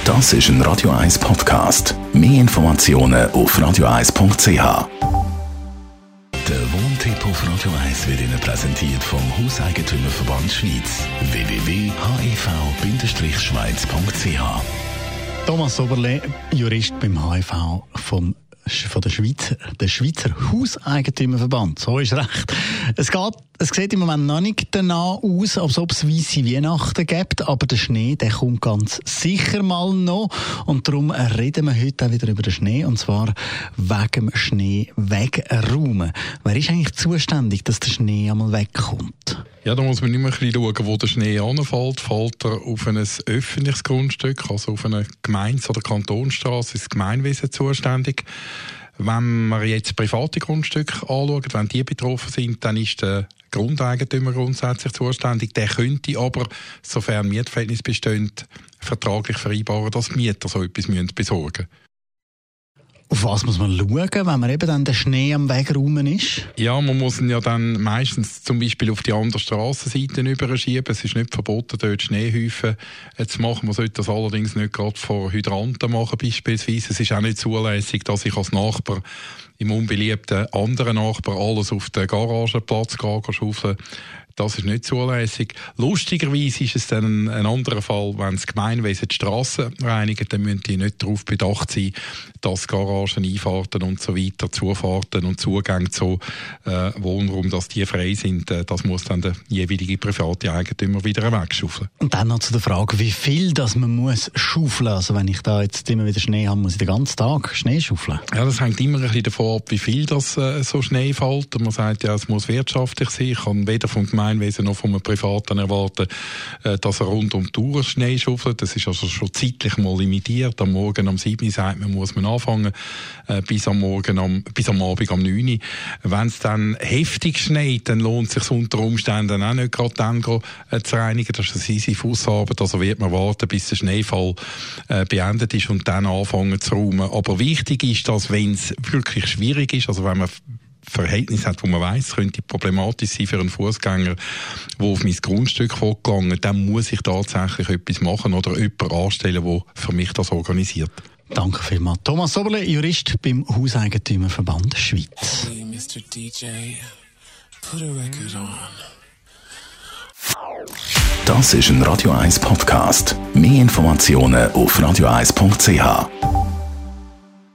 Das ist ein Radio 1 Podcast. Mehr Informationen auf radio1.ch. Der Wohntipp auf Radio 1 wird Ihnen präsentiert vom Hauseigentümerverband Schweiz. www.hiv-schweiz.ch. Thomas Oberle, Jurist beim HIV von der Schweizer Hauseigentümerverband. So ist recht. Es sieht im Moment noch nicht danach aus, als ob es weisse Weihnachten gibt, aber der Schnee, der kommt ganz sicher mal noch. Und darum reden wir heute auch wieder über den Schnee, und zwar wegen dem Schnee wegräumen. Wer ist eigentlich zuständig, dass der Schnee einmal wegkommt? Ja, da muss man immer ein bisschen schauen, wo der Schnee anfällt. Fällt er auf ein öffentliches Grundstück, also auf eine Gemeinde- oder Kantonsstrasse, ist das Gemeinwesen zuständig. Wenn man jetzt private Grundstücke anschaut, wenn die betroffen sind, dann ist der Grundeigentümer grundsätzlich zuständig. Der könnte aber, sofern Mietverhältnis besteht, vertraglich vereinbaren, dass die Mieter so etwas besorgen müssen. Auf was muss man schauen, wenn man eben dann den Schnee am Wegräumen ist? Ja, man muss ihn ja dann meistens zum Beispiel auf die andere Strassenseite überschieben. Es ist nicht verboten, dort Schneehäufen zu machen. Man sollte das allerdings nicht gerade vor Hydranten machen beispielsweise. Es ist auch nicht zulässig, dass ich als Nachbar im unbeliebten anderen Nachbar alles auf den Garageplatz schaufeln. Das ist nicht zulässig. Lustigerweise ist es dann ein anderer Fall, wenn das Gemeinwesen die Strassen reinigt, dann müssen die nicht darauf bedacht sein, dass Garagen, Einfahrten und so weiter, Zufahrten und Zugänge zu Wohnraum, dass die frei sind. Das muss dann der jeweilige private Eigentümer wieder wegschaufeln. Und dann noch zu der Frage, wie viel das man muss schaufeln. Also wenn ich da jetzt immer wieder Schnee habe, muss ich den ganzen Tag Schnee schaufeln? Ja, das hängt immer ein bisschen davon ab, wie viel das so Schnee fällt. Man sagt ja, es muss wirtschaftlich sein. Ich kann weder vom Gemeinwesen noch von einem Privaten erwarten, dass er rund um die Uhr Schnee schaufelt. Das ist also schon zeitlich mal limitiert. Am Morgen um 7 Uhr sagt man, muss man anfangen, bis am Abend um 9 Uhr. Wenn es dann heftig schneit, dann lohnt es sich unter Umständen auch nicht gerade dann zu reinigen. Das ist eine Sisyphusarbeit. Also wird man warten, bis der Schneefall beendet ist und dann anfangen zu räumen. Aber wichtig ist, dass, wenn es wirklich schwierig ist, also wenn man Verhältnis hat, wo man weiss, könnte problematisch sein für einen Fußgänger, der auf mein Grundstück vorgegangen, dann muss ich tatsächlich etwas machen oder jemanden anstellen, der für mich das organisiert. Danke vielmals. Thomas Oberle, Jurist beim Hauseigentümerverband Schweiz. Hey, Mr. DJ, put a record on. Das ist ein Radio 1 Podcast. Mehr Informationen auf radio1.ch.